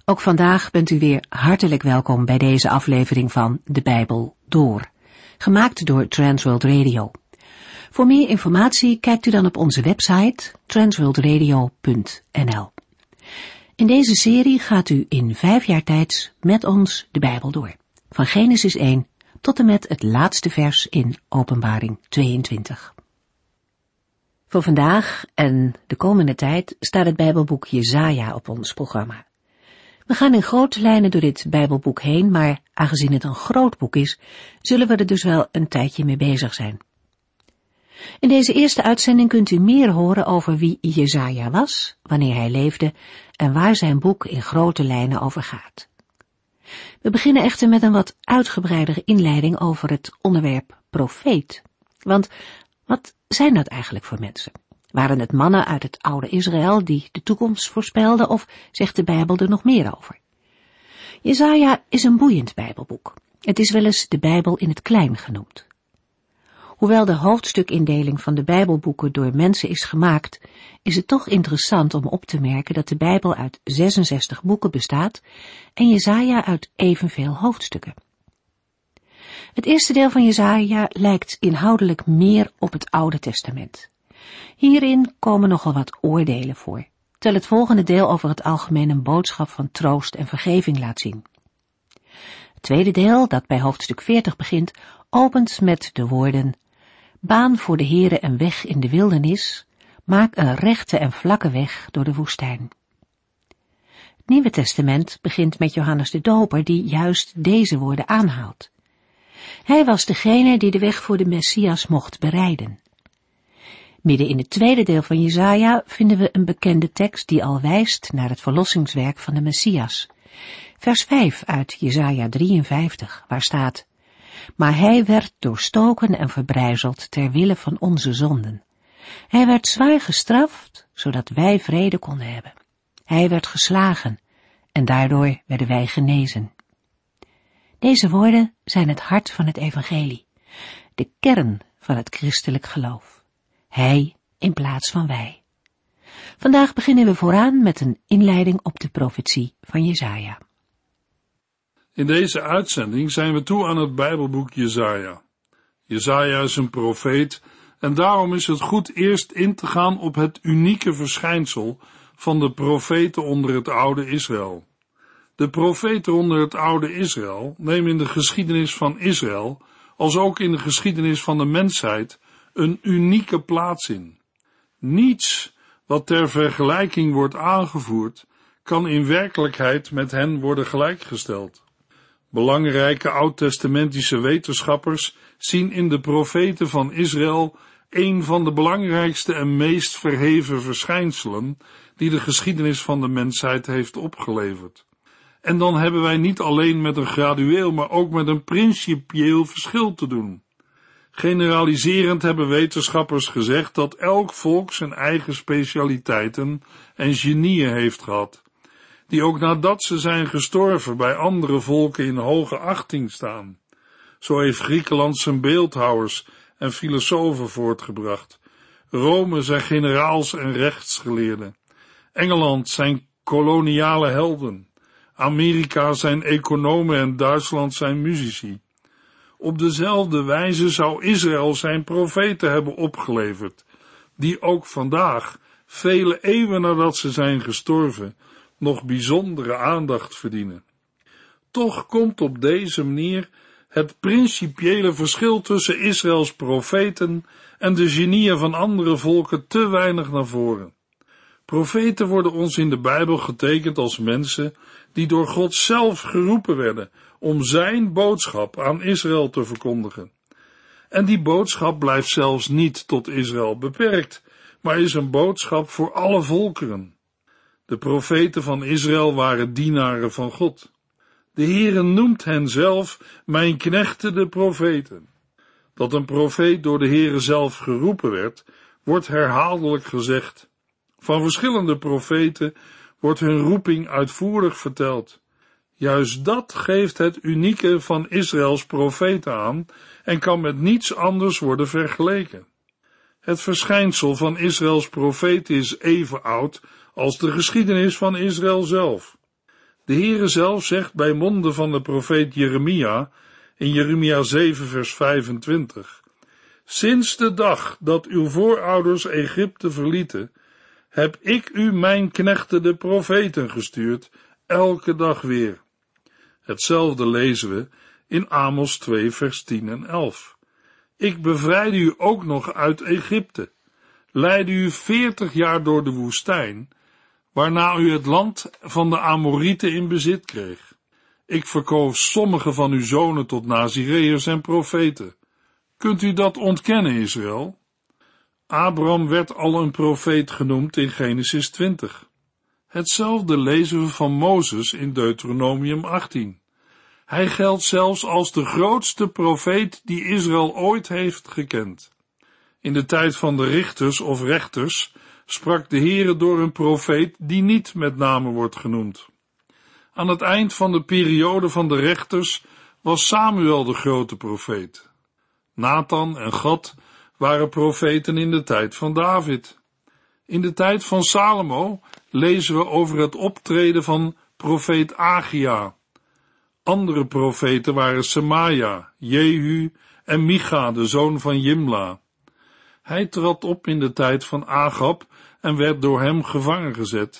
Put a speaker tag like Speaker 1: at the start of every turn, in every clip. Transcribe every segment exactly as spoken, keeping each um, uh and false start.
Speaker 1: Ook vandaag bent u weer hartelijk welkom bij deze aflevering van De Bijbel Door, gemaakt door Transworld Radio. Voor meer informatie kijkt u dan op onze website transworld radio punt n l. In deze serie gaat u in vijf jaar tijd met ons de Bijbel door, van Genesis één tot en met het laatste vers in Openbaring tweeëntwintig. Voor vandaag en de komende tijd staat het Bijbelboek Jesaja op ons programma. We gaan in grote lijnen door dit Bijbelboek heen, maar aangezien het een groot boek is, zullen we er dus wel een tijdje mee bezig zijn. In deze eerste uitzending kunt u meer horen over wie Jesaja was, wanneer hij leefde en waar zijn boek in grote lijnen over gaat. We beginnen echter met een wat uitgebreidere inleiding over het onderwerp profeet. Want wat zijn dat eigenlijk voor mensen? Waren het mannen uit het oude Israël die de toekomst voorspelden, of zegt de Bijbel er nog meer over? Jesaja is een boeiend Bijbelboek. Het is wel eens de Bijbel in het klein genoemd. Hoewel de hoofdstukindeling van de Bijbelboeken door mensen is gemaakt, is het toch interessant om op te merken dat de Bijbel uit zesenzestig boeken bestaat en Jesaja uit evenveel hoofdstukken. Het eerste deel van Jesaja lijkt inhoudelijk meer op het Oude Testament. Hierin komen nogal wat oordelen voor, terwijl het volgende deel over het algemeen een boodschap van troost en vergeving laat zien. Het tweede deel, dat bij hoofdstuk veertig begint, opent met de woorden: Baan voor de Heere een weg in de wildernis, maak een rechte en vlakke weg door de woestijn. Het Nieuwe Testament begint met Johannes de Doper, die juist deze woorden aanhaalt. Hij was degene die de weg voor de Messias mocht bereiden. Midden in het tweede deel van Jesaja vinden we een bekende tekst die al wijst naar het verlossingswerk van de Messias. Vers vijf uit Jesaja drieënvijftig, waar staat: Maar hij werd doorstoken en verbrijzeld ter wille van onze zonden. Hij werd zwaar gestraft, zodat wij vrede konden hebben. Hij werd geslagen en daardoor werden wij genezen. Deze woorden zijn het hart van het evangelie, de kern van het christelijk geloof. Hij in plaats van wij. Vandaag beginnen we vooraan met een inleiding op de profetie van Jesaja.
Speaker 2: In deze uitzending zijn we toe aan het Bijbelboek Jesaja. Jesaja is een profeet en daarom is het goed eerst in te gaan op het unieke verschijnsel van de profeten onder het oude Israël. De profeten onder het oude Israël nemen in de geschiedenis van Israël, als ook in de geschiedenis van de mensheid, een unieke plaats in. Niets wat ter vergelijking wordt aangevoerd, kan in werkelijkheid met hen worden gelijkgesteld. Belangrijke oud-testamentische wetenschappers zien in de profeten van Israël een van de belangrijkste en meest verheven verschijnselen die de geschiedenis van de mensheid heeft opgeleverd. En dan hebben wij niet alleen met een gradueel, maar ook met een principieel verschil te doen. Generaliserend hebben wetenschappers gezegd dat elk volk zijn eigen specialiteiten en genieën heeft gehad, die ook nadat ze zijn gestorven bij andere volken in hoge achting staan. Zo heeft Griekenland zijn beeldhouwers en filosofen voortgebracht, Rome zijn generaals en rechtsgeleerden, Engeland zijn koloniale helden, Amerika zijn economen en Duitsland zijn muzici. Op dezelfde wijze zou Israël zijn profeten hebben opgeleverd, die ook vandaag, vele eeuwen nadat ze zijn gestorven, nog bijzondere aandacht verdienen. Toch komt op deze manier het principiële verschil tussen Israëls profeten en de genieën van andere volken te weinig naar voren. Profeten worden ons in de Bijbel getekend als mensen die door God zelf geroepen werden om zijn boodschap aan Israël te verkondigen. En die boodschap blijft zelfs niet tot Israël beperkt, maar is een boodschap voor alle volkeren. De profeten van Israël waren dienaren van God. De Heere noemt hen zelf mijn knechten de profeten. Dat een profeet door de Heere zelf geroepen werd, wordt herhaaldelijk gezegd. Van verschillende profeten wordt hun roeping uitvoerig verteld. Juist dat geeft het unieke van Israëls profeten aan en kan met niets anders worden vergeleken. Het verschijnsel van Israëls profeten is even oud als de geschiedenis van Israël zelf. De Heere zelf zegt bij monden van de profeet Jeremia in Jeremia zeven vers vijfentwintig: Sinds de dag dat uw voorouders Egypte verlieten, heb ik u mijn knechten de profeten gestuurd, elke dag weer. Hetzelfde lezen we in Amos twee vers tien en elf. Ik bevrijdde u ook nog uit Egypte, leidde u veertig jaar door de woestijn, waarna u het land van de Amorieten in bezit kreeg. Ik verkoos sommige van uw zonen tot nazireërs en profeten. Kunt u dat ontkennen, Israël? Abraham werd al een profeet genoemd in Genesis twintig. Hetzelfde lezen we van Mozes in Deuteronomium achttien. Hij geldt zelfs als de grootste profeet die Israël ooit heeft gekend. In de tijd van de richters of rechters sprak de Heere door een profeet die niet met name wordt genoemd. Aan het eind van de periode van de rechters was Samuel de grote profeet. Nathan en Gad waren profeten in de tijd van David. In de tijd van Salomo lezen we over het optreden van profeet Agia. Andere profeten waren Semaja, Jehu en Micha, de zoon van Jimla. Hij trad op in de tijd van Agab en werd door hem gevangen gezet.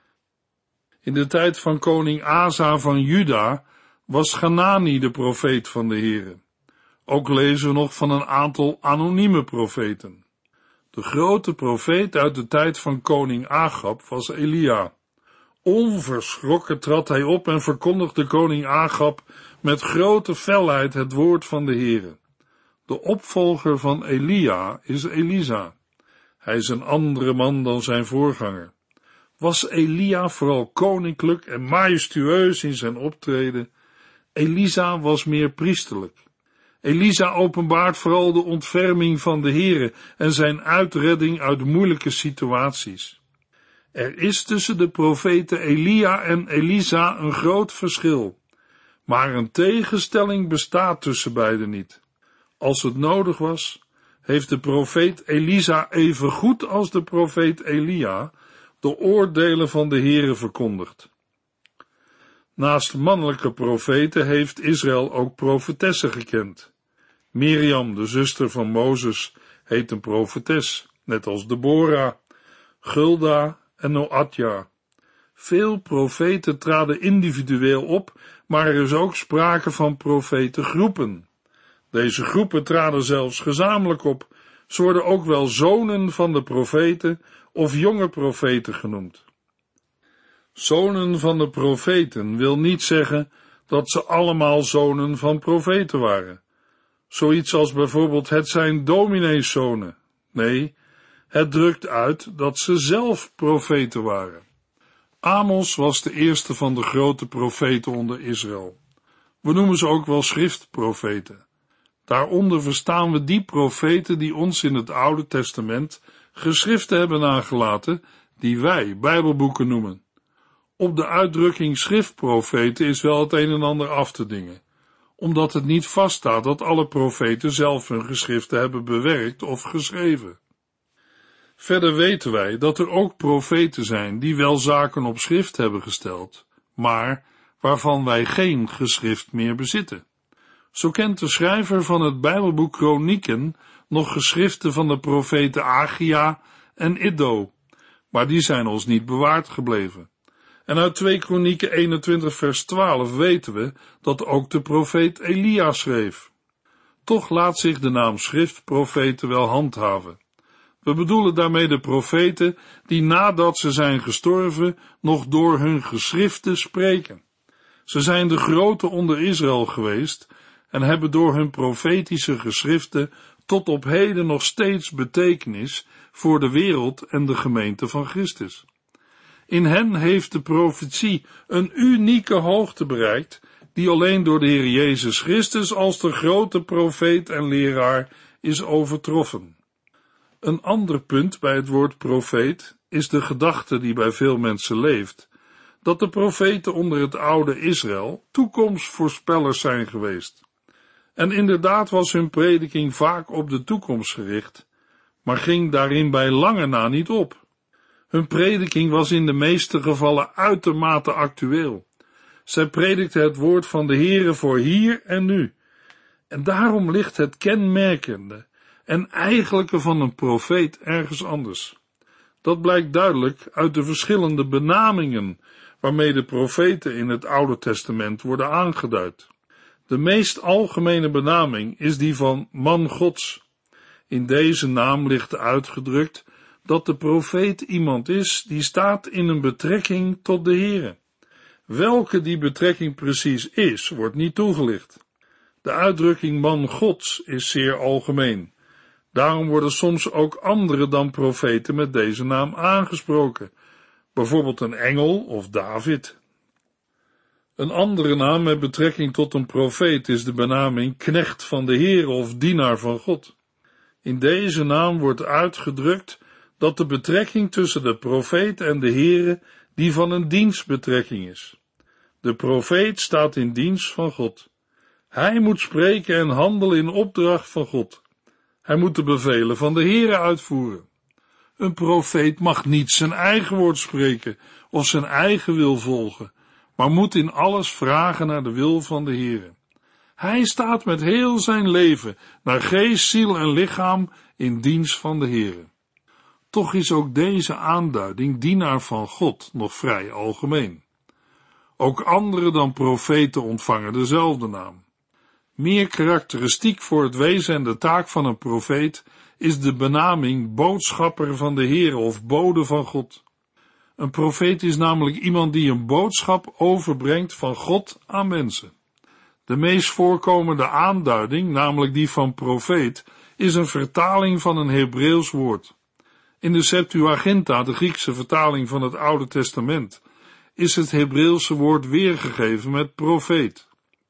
Speaker 2: In de tijd van koning Asa van Juda was Hanani de profeet van de Heere. Ook lezen we nog van een aantal anonieme profeten. De grote profeet uit de tijd van koning Agab was Elia. Onverschrokken trad hij op en verkondigde koning Agab met grote felheid het woord van de Heere. De opvolger van Elia is Elisa. Hij is een andere man dan zijn voorganger. Was Elia vooral koninklijk en majestueus in zijn optreden? Elisa was meer priesterlijk. Elisa openbaart vooral de ontferming van de Heere en zijn uitredding uit moeilijke situaties. Er is tussen de profeten Elia en Elisa een groot verschil, maar een tegenstelling bestaat tussen beiden niet. Als het nodig was, heeft de profeet Elisa even goed als de profeet Elia de oordelen van de Heere verkondigd. Naast mannelijke profeten heeft Israël ook profetessen gekend. Miriam, de zuster van Mozes, heet een profetes, net als Deborah, Gulda en Noadja. Veel profeten traden individueel op, maar er is ook sprake van profetengroepen. Deze groepen traden zelfs gezamenlijk op. Ze worden ook wel zonen van de profeten of jonge profeten genoemd. Zonen van de profeten wil niet zeggen dat ze allemaal zonen van profeten waren. Zoiets als bijvoorbeeld het zijn domineeszonen. Nee, het drukt uit dat ze zelf profeten waren. Amos was de eerste van de grote profeten onder Israël. We noemen ze ook wel schriftprofeten. Daaronder verstaan we die profeten die ons in het Oude Testament geschriften hebben nagelaten, die wij Bijbelboeken noemen. Op de uitdrukking schriftprofeten is wel het een en ander af te dingen, omdat het niet vaststaat dat alle profeten zelf hun geschriften hebben bewerkt of geschreven. Verder weten wij dat er ook profeten zijn die wel zaken op schrift hebben gesteld, maar waarvan wij geen geschrift meer bezitten. Zo kent de schrijver van het Bijbelboek Kronieken nog geschriften van de profeten Agia en Iddo, maar die zijn ons niet bewaard gebleven. En uit twee Kronieken eenentwintig vers twaalf weten we dat ook de profeet Elia schreef. Toch laat zich de naam schriftprofeten wel handhaven. We bedoelen daarmee de profeten die nadat ze zijn gestorven nog door hun geschriften spreken. Ze zijn de grote onder Israël geweest en hebben door hun profetische geschriften tot op heden nog steeds betekenis voor de wereld en de gemeente van Christus. In hen heeft de profetie een unieke hoogte bereikt, die alleen door de Heer Jezus Christus als de grote profeet en leraar is overtroffen. Een ander punt bij het woord profeet is de gedachte die bij veel mensen leeft, dat de profeten onder het oude Israël toekomstvoorspellers zijn geweest. En inderdaad was hun prediking vaak op de toekomst gericht, maar ging daarin bij lange na niet op. Hun prediking was in de meeste gevallen uitermate actueel. Zij predikte het woord van de Heere voor hier en nu. En daarom ligt het kenmerkende en eigenlijke van een profeet ergens anders. Dat blijkt duidelijk uit de verschillende benamingen waarmee de profeten in het Oude Testament worden aangeduid. De meest algemene benaming is die van man Gods. In deze naam ligt uitgedrukt dat de profeet iemand is die staat in een betrekking tot de Heere. Welke die betrekking precies is, wordt niet toegelicht. De uitdrukking man Gods is zeer algemeen. Daarom worden soms ook anderen dan profeten met deze naam aangesproken, bijvoorbeeld een engel of David. Een andere naam met betrekking tot een profeet is de benaming knecht van de Heer of dienaar van God. In deze naam wordt uitgedrukt dat de betrekking tussen de profeet en de Heere die van een dienstbetrekking is. De profeet staat in dienst van God. Hij moet spreken en handelen in opdracht van God. Hij moet de bevelen van de Heere uitvoeren. Een profeet mag niet zijn eigen woord spreken of zijn eigen wil volgen, maar moet in alles vragen naar de wil van de Heere. Hij staat met heel zijn leven, naar geest, ziel en lichaam, in dienst van de Heere. Toch is ook deze aanduiding, dienaar van God, nog vrij algemeen. Ook anderen dan profeten ontvangen dezelfde naam. Meer karakteristiek voor het wezen en de taak van een profeet is de benaming boodschapper van de Heere of bode van God. Een profeet is namelijk iemand die een boodschap overbrengt van God aan mensen. De meest voorkomende aanduiding, namelijk die van profeet, is een vertaling van een Hebreeuws woord. In de Septuaginta, de Griekse vertaling van het Oude Testament, is het Hebreeuwse woord weergegeven met profeet.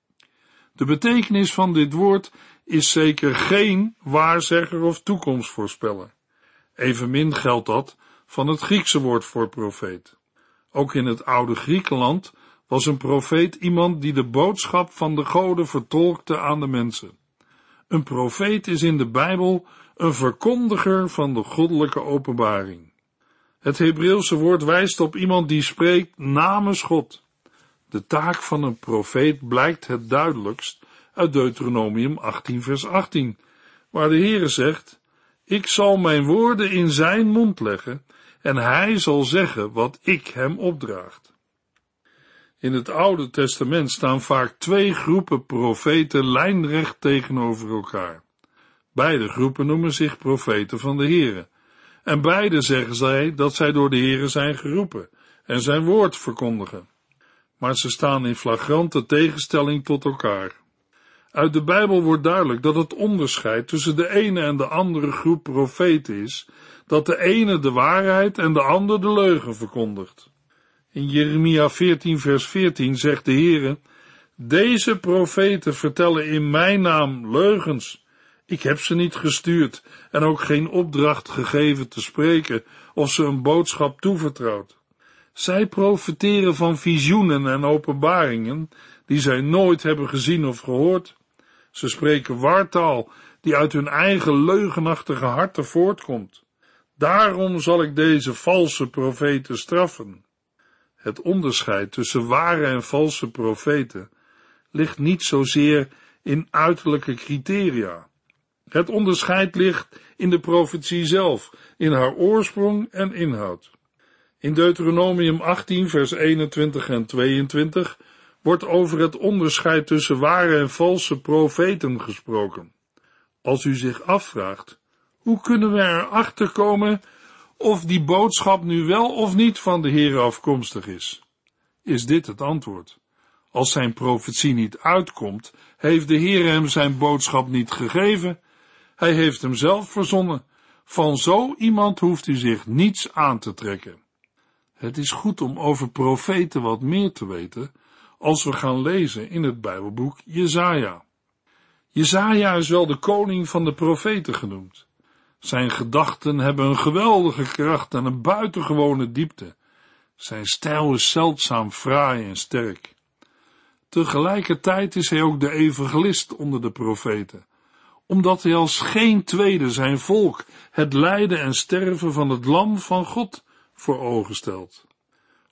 Speaker 2: De betekenis van dit woord is zeker geen waarzegger of toekomstvoorspeller. Evenmin geldt dat van het Griekse woord voor profeet. Ook in het oude Griekenland was een profeet iemand die de boodschap van de goden vertolkte aan de mensen. Een profeet is in de Bijbel een verkondiger van de goddelijke openbaring. Het Hebreeuwse woord wijst op iemand die spreekt namens God. De taak van een profeet blijkt het duidelijkst uit Deuteronomium achttien vers achttien, waar de Heere zegt: ik zal mijn woorden in zijn mond leggen en hij zal zeggen wat ik hem opdraagt. In het Oude Testament staan vaak twee groepen profeten lijnrecht tegenover elkaar. Beide groepen noemen zich profeten van de Heere, en beide zeggen zij dat zij door de Heere zijn geroepen en zijn woord verkondigen. Maar ze staan in flagrante tegenstelling tot elkaar. Uit de Bijbel wordt duidelijk dat het onderscheid tussen de ene en de andere groep profeten is, dat de ene de waarheid en de ander de leugen verkondigt. In Jeremia veertien vers veertien zegt de Heere: deze profeten vertellen in mijn naam leugens. Ik heb ze niet gestuurd en ook geen opdracht gegeven te spreken of ze een boodschap toevertrouwd. Zij profeteren van visioenen en openbaringen die zij nooit hebben gezien of gehoord. Ze spreken wartaal die uit hun eigen leugenachtige harten voortkomt. Daarom zal ik deze valse profeten straffen. Het onderscheid tussen ware en valse profeten ligt niet zozeer in uiterlijke criteria. Het onderscheid ligt in de profetie zelf, in haar oorsprong en inhoud. In Deuteronomium achttien vers eenentwintig en tweeëntwintig wordt over het onderscheid tussen ware en valse profeten gesproken. Als u zich afvraagt, hoe kunnen we erachter komen of die boodschap nu wel of niet van de Heere afkomstig is? Is dit het antwoord? Als zijn profetie niet uitkomt, heeft de Heere hem zijn boodschap niet gegeven. Hij heeft hem zelf verzonnen. Van zo iemand hoeft u zich niets aan te trekken. Het is goed om over profeten wat meer te weten als we gaan lezen in het Bijbelboek Jesaja. Jesaja is wel de koning van de profeten genoemd. Zijn gedachten hebben een geweldige kracht en een buitengewone diepte. Zijn stijl is zeldzaam fraai en sterk. Tegelijkertijd is hij ook de evangelist onder de profeten, omdat hij als geen tweede zijn volk het lijden en sterven van het lam van God voor ogen stelt.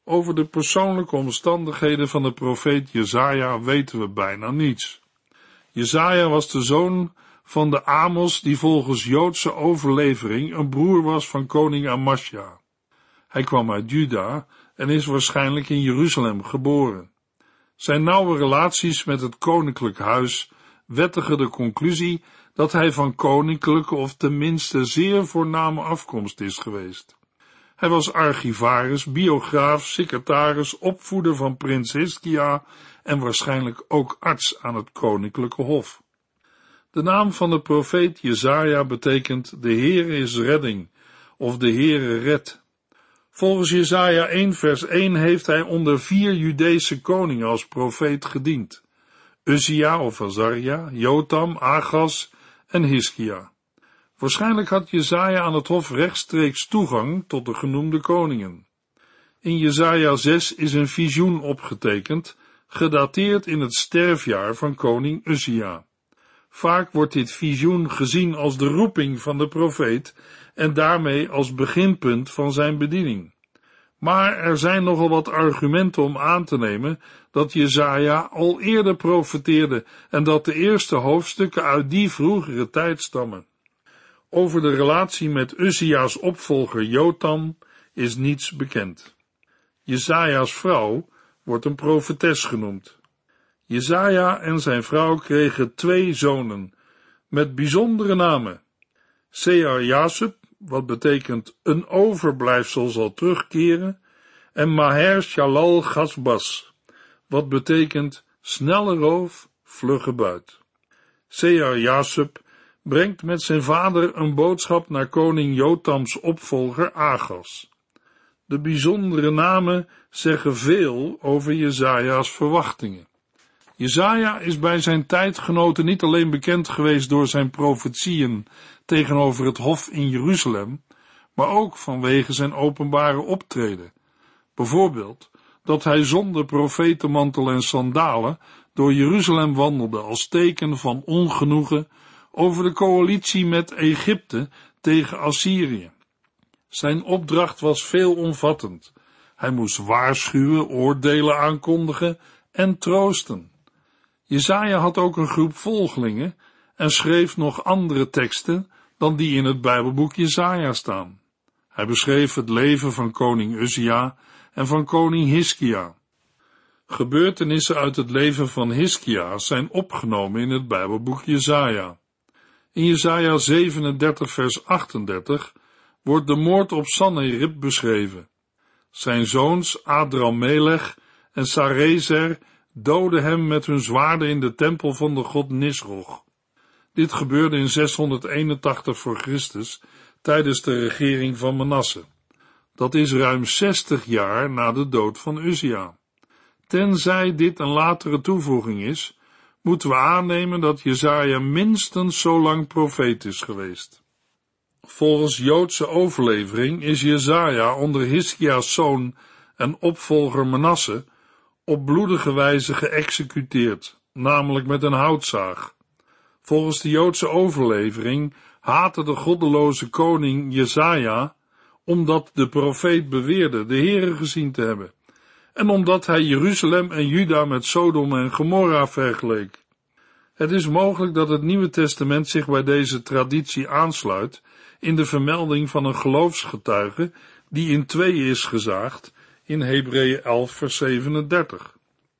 Speaker 2: Over de persoonlijke omstandigheden van de profeet Jesaja weten we bijna niets. Jesaja was de zoon van de Amos die volgens Joodse overlevering een broer was van koning Amasja. Hij kwam uit Juda en is waarschijnlijk in Jeruzalem geboren. Zijn nauwe relaties met het koninklijk huis wettigen de conclusie dat hij van koninklijke of tenminste zeer voorname afkomst is geweest. Hij was archivaris, biograaf, secretaris, opvoeder van prins Hiskia en waarschijnlijk ook arts aan het koninklijke hof. De naam van de profeet Jesaja betekent de Heere is redding of de Heere redt. Volgens Jesaja één vers één heeft hij onder vier Judese koningen als profeet gediend. Uzia of Azaria, Jotam, Achaz en Hiskia. Waarschijnlijk had Jesaja aan het hof rechtstreeks toegang tot de genoemde koningen. In Jesaja zes is een visioen opgetekend, gedateerd in het sterfjaar van koning Uzia. Vaak wordt dit visioen gezien als de roeping van de profeet en daarmee als beginpunt van zijn bediening. Maar er zijn nogal wat argumenten om aan te nemen dat Jesaja al eerder profeteerde en dat de eerste hoofdstukken uit die vroegere tijd stammen. Over de relatie met Uzia's opvolger Jotam is niets bekend. Jesaja's vrouw wordt een profetes genoemd. Jesaja en zijn vrouw kregen twee zonen, met bijzondere namen. Sear-Jasub, wat betekent een overblijfsel zal terugkeren, en Maher-Shalal-Gasbas, wat betekent snelle roof, vlugge buit. Sear-Jasub brengt met zijn vader een boodschap naar koning Jotams opvolger Achaz. De bijzondere namen zeggen veel over Jesaja's verwachtingen. Jesaja is bij zijn tijdgenoten niet alleen bekend geweest door zijn profetieën tegenover het hof in Jeruzalem, maar ook vanwege zijn openbare optreden. Bijvoorbeeld dat hij zonder profetenmantel en sandalen door Jeruzalem wandelde als teken van ongenoegen over de coalitie met Egypte tegen Assyrië. Zijn opdracht was veelomvattend. Hij moest waarschuwen, oordelen aankondigen en troosten. Jesaja had ook een groep volgelingen en schreef nog andere teksten dan die in het Bijbelboek Jesaja staan. Hij beschreef het leven van koning Uzia en van koning Hiskia. Gebeurtenissen uit het leven van Hiskia zijn opgenomen in het Bijbelboek Jesaja. In Jesaja zevenendertig vers achtendertig wordt de moord op Sanherib beschreven. Zijn zoons Adramelech en Sarezer doodden hem met hun zwaarden in de tempel van de god Nisroch. Dit gebeurde in zeshonderdeenentachtig voor Christus tijdens de regering van Manasse. Dat is ruim zestig jaar na de dood van Uzia. Tenzij dit een latere toevoeging is, moeten we aannemen dat Jesaja minstens zo lang profeet is geweest. Volgens Joodse overlevering is Jesaja onder Hiskia's zoon en opvolger Manasse op bloedige wijze geëxecuteerd, namelijk met een houtzaag. Volgens de Joodse overlevering haatte de goddeloze koning Jesaja, omdat de profeet beweerde de Heere gezien te hebben, en omdat hij Jeruzalem en Juda met Sodom en Gomorra vergeleek. Het is mogelijk dat het Nieuwe Testament zich bij deze traditie aansluit in de vermelding van een geloofsgetuige die in tweeën is gezaagd in Hebreeën elf vers zevenendertig.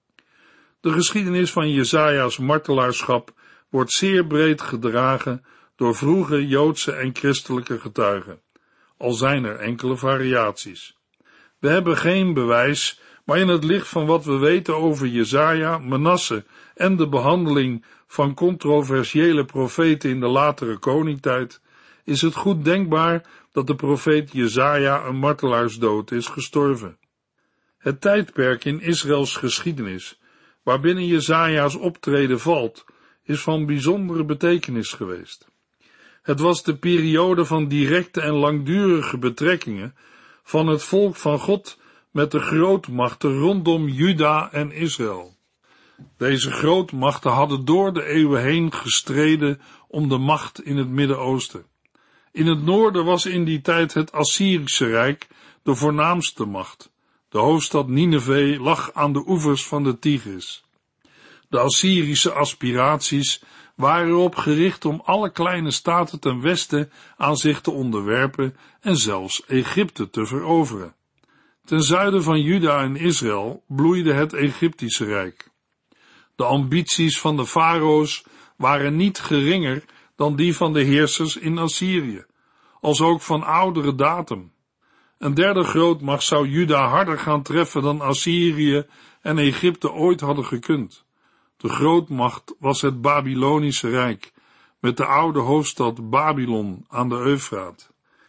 Speaker 2: De geschiedenis van Jesaja's martelaarschap wordt zeer breed gedragen door vroege Joodse en christelijke getuigen, al zijn er enkele variaties. We hebben geen bewijs, maar in het licht van wat we weten over Jesaja, Manasse en de behandeling van controversiële profeten in de latere koningtijd, is het goed denkbaar dat de profeet Jesaja een martelaarsdood is gestorven. Het tijdperk in Israëls geschiedenis, waarbinnen Jesaja's optreden valt, is van bijzondere betekenis geweest. Het was de periode van directe en langdurige betrekkingen van het volk van God met de grootmachten rondom Juda en Israël. Deze grootmachten hadden door de eeuwen heen gestreden om de macht in het Midden-Oosten. In het noorden was in die tijd het Assyrische Rijk de voornaamste macht, De hoofdstad Nineve lag aan de oevers van de Tigris. De Assyrische aspiraties waren erop gericht om alle kleine staten ten westen aan zich te onderwerpen en zelfs Egypte te veroveren. Ten zuiden van Juda en Israël bloeide het Egyptische rijk. De ambities van de farao's waren niet geringer dan die van de heersers in Assyrië, als ook van oudere datum. Een derde grootmacht zou Juda harder gaan treffen dan Assyrië en Egypte ooit hadden gekund. De grootmacht was het Babylonische Rijk, met de oude hoofdstad Babylon aan de Eufraat.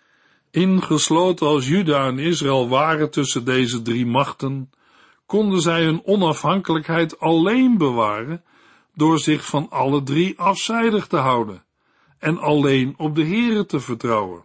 Speaker 2: Ingesloten als Juda en Israël waren tussen deze drie machten, konden zij hun onafhankelijkheid alleen bewaren door zich van alle drie afzijdig te houden en alleen op de Here te vertrouwen.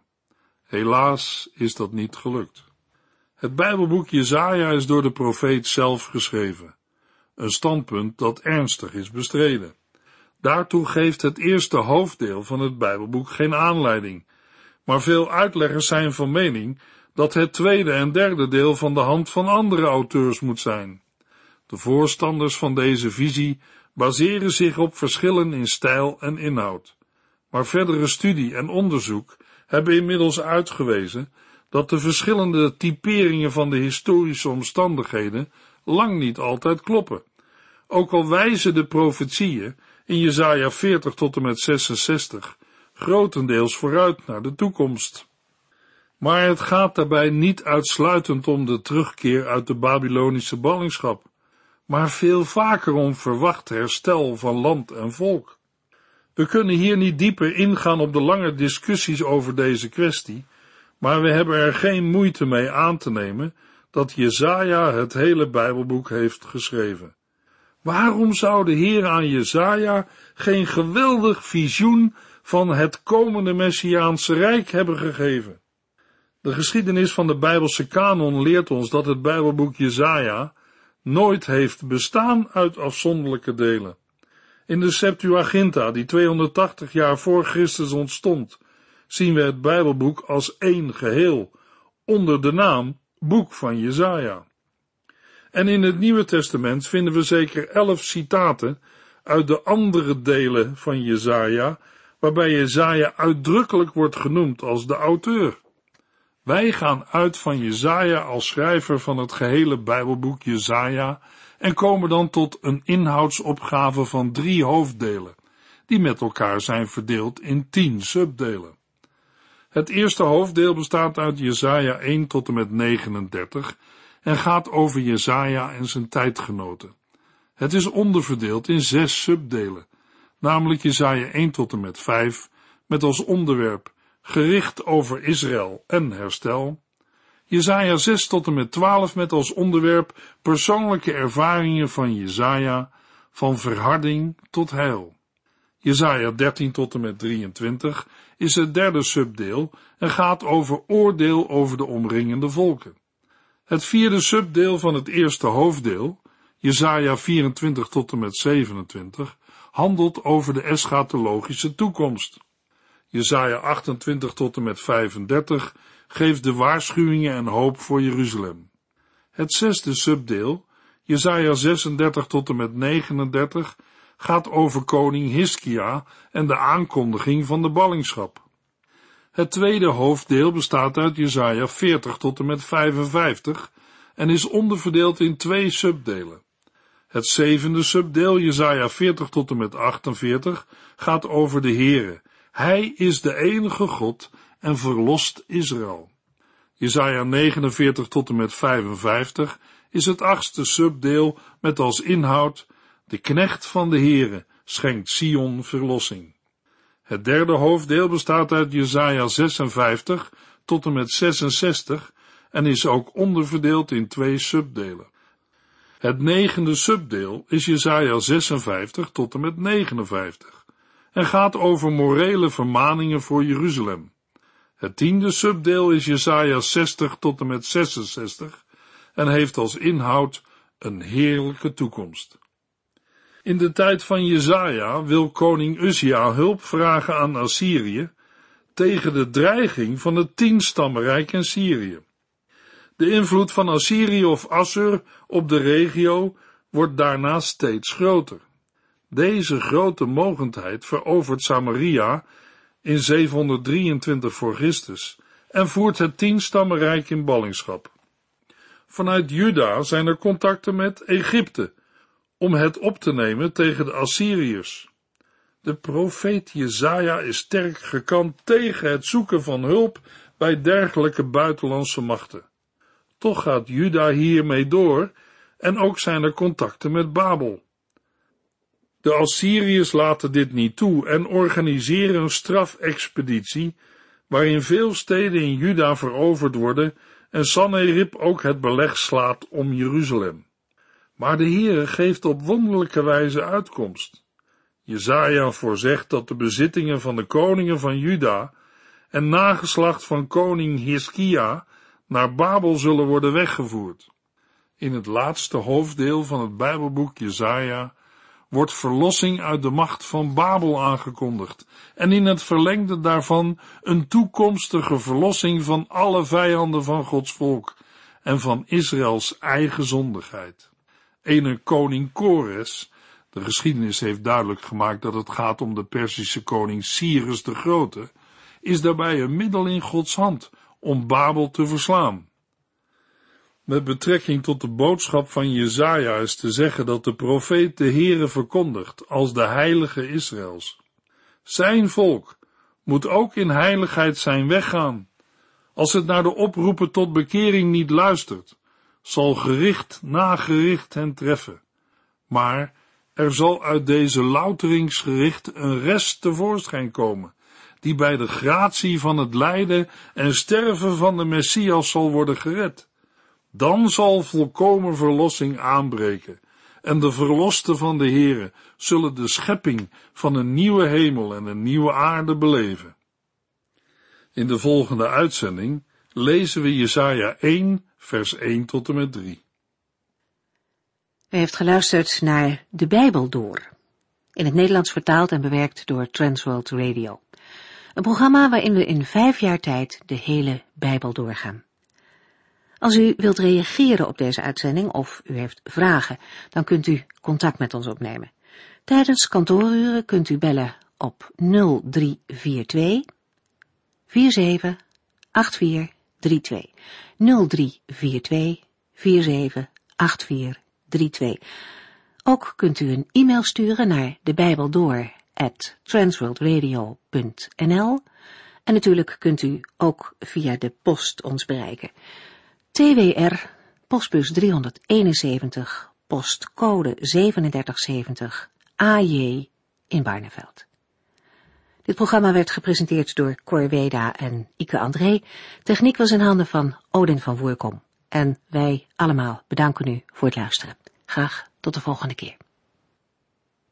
Speaker 2: Helaas is dat niet gelukt. Het Bijbelboek Jesaja is door de profeet zelf geschreven, een standpunt dat ernstig is bestreden. Daartoe geeft het eerste hoofddeel van het Bijbelboek geen aanleiding, maar veel uitleggers zijn van mening dat het tweede en derde deel van de hand van andere auteurs moet zijn. De voorstanders van deze visie baseren zich op verschillen in stijl en inhoud, maar verdere studie en onderzoek hebben inmiddels uitgewezen dat de verschillende typeringen van de historische omstandigheden lang niet altijd kloppen, ook al wijzen de profetieën in Jesaja veertig tot en met zesenzestig grotendeels vooruit naar de toekomst. Maar het gaat daarbij niet uitsluitend om de terugkeer uit de Babylonische ballingschap, maar veel vaker om verwacht herstel van land en volk. We kunnen hier niet dieper ingaan op de lange discussies over deze kwestie, maar we hebben er geen moeite mee aan te nemen dat Jesaja het hele Bijbelboek heeft geschreven. Waarom zou de Heer aan Jesaja geen geweldig visioen van het komende Messiaanse Rijk hebben gegeven? De geschiedenis van de Bijbelse kanon leert ons dat het Bijbelboek Jesaja nooit heeft bestaan uit afzonderlijke delen. In de Septuaginta, die tweehonderdtachtig jaar voor Christus ontstond, zien we het Bijbelboek als één geheel, onder de naam Boek van Jesaja. En in het Nieuwe Testament vinden we zeker elf citaten uit de andere delen van Jesaja, waarbij Jesaja uitdrukkelijk wordt genoemd als de auteur. Wij gaan uit van Jesaja als schrijver van het gehele Bijbelboek Jesaja en komen dan tot een inhoudsopgave van drie hoofddelen, die met elkaar zijn verdeeld in tien subdelen. Het eerste hoofddeel bestaat uit Jesaja één tot en met negenendertig en gaat over Jesaja en zijn tijdgenoten. Het is onderverdeeld in zes subdelen, namelijk Jesaja één tot en met vijf, met als onderwerp gericht over Israël en herstel, Jesaja zes tot en met twaalf met als onderwerp persoonlijke ervaringen van Jesaja, van verharding tot heil. Jesaja dertien tot en met drieëntwintig is het derde subdeel en gaat over oordeel over de omringende volken. Het vierde subdeel van het eerste hoofddeel, Jesaja vierentwintig tot en met zevenentwintig, handelt over de eschatologische toekomst. Jesaja achtentwintig tot en met vijfendertig geeft de waarschuwingen en hoop voor Jeruzalem. Het zesde subdeel, Jesaja zesendertig tot en met negenendertig, gaat over koning Hiskia en de aankondiging van de ballingschap. Het tweede hoofddeel bestaat uit Jesaja veertig tot en met vijfenvijftig en is onderverdeeld in twee subdelen. Het zevende subdeel, Jesaja veertig tot en met achtenveertig, gaat over de Heere. Hij is de enige God en verlost Israël. Jesaja negenenveertig tot en met vijfenvijftig is het achtste subdeel met als inhoud: de knecht van de Heere schenkt Sion verlossing. Het derde hoofddeel bestaat uit Jesaja zesenvijftig tot en met zesenzestig en is ook onderverdeeld in twee subdelen. Het negende subdeel is Jesaja zesenvijftig tot en met negenenvijftig en gaat over morele vermaningen voor Jeruzalem. Het tiende subdeel is Jesaja zestig tot en met zesenzestig en heeft als inhoud een heerlijke toekomst. In de tijd van Jesaja wil koning Uzia hulp vragen aan Assyrië tegen de dreiging van het tienstammenrijk in Syrië. De invloed van Assyrië of Assur op de regio wordt daarna steeds groter. Deze grote mogendheid verovert Samaria in zevenhonderddrieëntwintig voor Christus en voert het tienstammenrijk in ballingschap. Vanuit Juda zijn er contacten met Egypte, om het op te nemen tegen de Assyriërs. De profeet Jesaja is sterk gekant tegen het zoeken van hulp bij dergelijke buitenlandse machten. Toch gaat Juda hiermee door en ook zijn er contacten met Babel. De Assyriërs laten dit niet toe en organiseren een strafexpeditie, waarin veel steden in Juda veroverd worden en Sanherib ook het beleg slaat om Jeruzalem. Maar de Heere geeft op wonderlijke wijze uitkomst. Jesaja voorzegt dat de bezittingen van de koningen van Juda en nageslacht van koning Hiskia naar Babel zullen worden weggevoerd. In het laatste hoofddeel van het Bijbelboek Jesaja wordt verlossing uit de macht van Babel aangekondigd en in het verlengde daarvan een toekomstige verlossing van alle vijanden van Gods volk en van Israëls eigen zondigheid. Ene koning Kores, de geschiedenis heeft duidelijk gemaakt dat het gaat om de Perzische koning Cyrus de Grote, is daarbij een middel in Gods hand om Babel te verslaan. Met betrekking tot de boodschap van Jesaja is te zeggen dat de profeet de Heere verkondigt als de heilige Israëls. Zijn volk moet ook in heiligheid zijn weggaan. Als het naar de oproepen tot bekering niet luistert, zal gericht na gericht hen treffen. Maar er zal uit deze louteringsgericht een rest tevoorschijn komen, die bij de gratie van het lijden en sterven van de Messias zal worden gered. Dan zal volkomen verlossing aanbreken, en de verlosten van de Heere zullen de schepping van een nieuwe hemel en een nieuwe aarde beleven. In de volgende uitzending lezen we Jesaja één, vers één tot en met drie.
Speaker 1: U heeft geluisterd naar De Bijbel Door, in het Nederlands vertaald en bewerkt door Transworld Radio. Een programma waarin we in vijf jaar tijd de hele Bijbel doorgaan. Als u wilt reageren op deze uitzending of u heeft vragen, dan kunt u contact met ons opnemen. Tijdens kantooruren kunt u bellen op nul drie vier twee, vier zeven acht vier drie twee. nul drie vier twee, vier zeven acht vier drie twee. Ook kunt u een e-mail sturen naar debijbeldoor at transworldradio punt n l en natuurlijk kunt u ook via de post ons bereiken. T W R, postbus driehonderdeenenzeventig, postcode drieënzeventig zeventig, A J in Barneveld. Dit programma werd gepresenteerd door Cor Weda en Ike André. Techniek was in handen van Odin van Voorkom. En wij allemaal bedanken u voor het luisteren. Graag tot de volgende keer.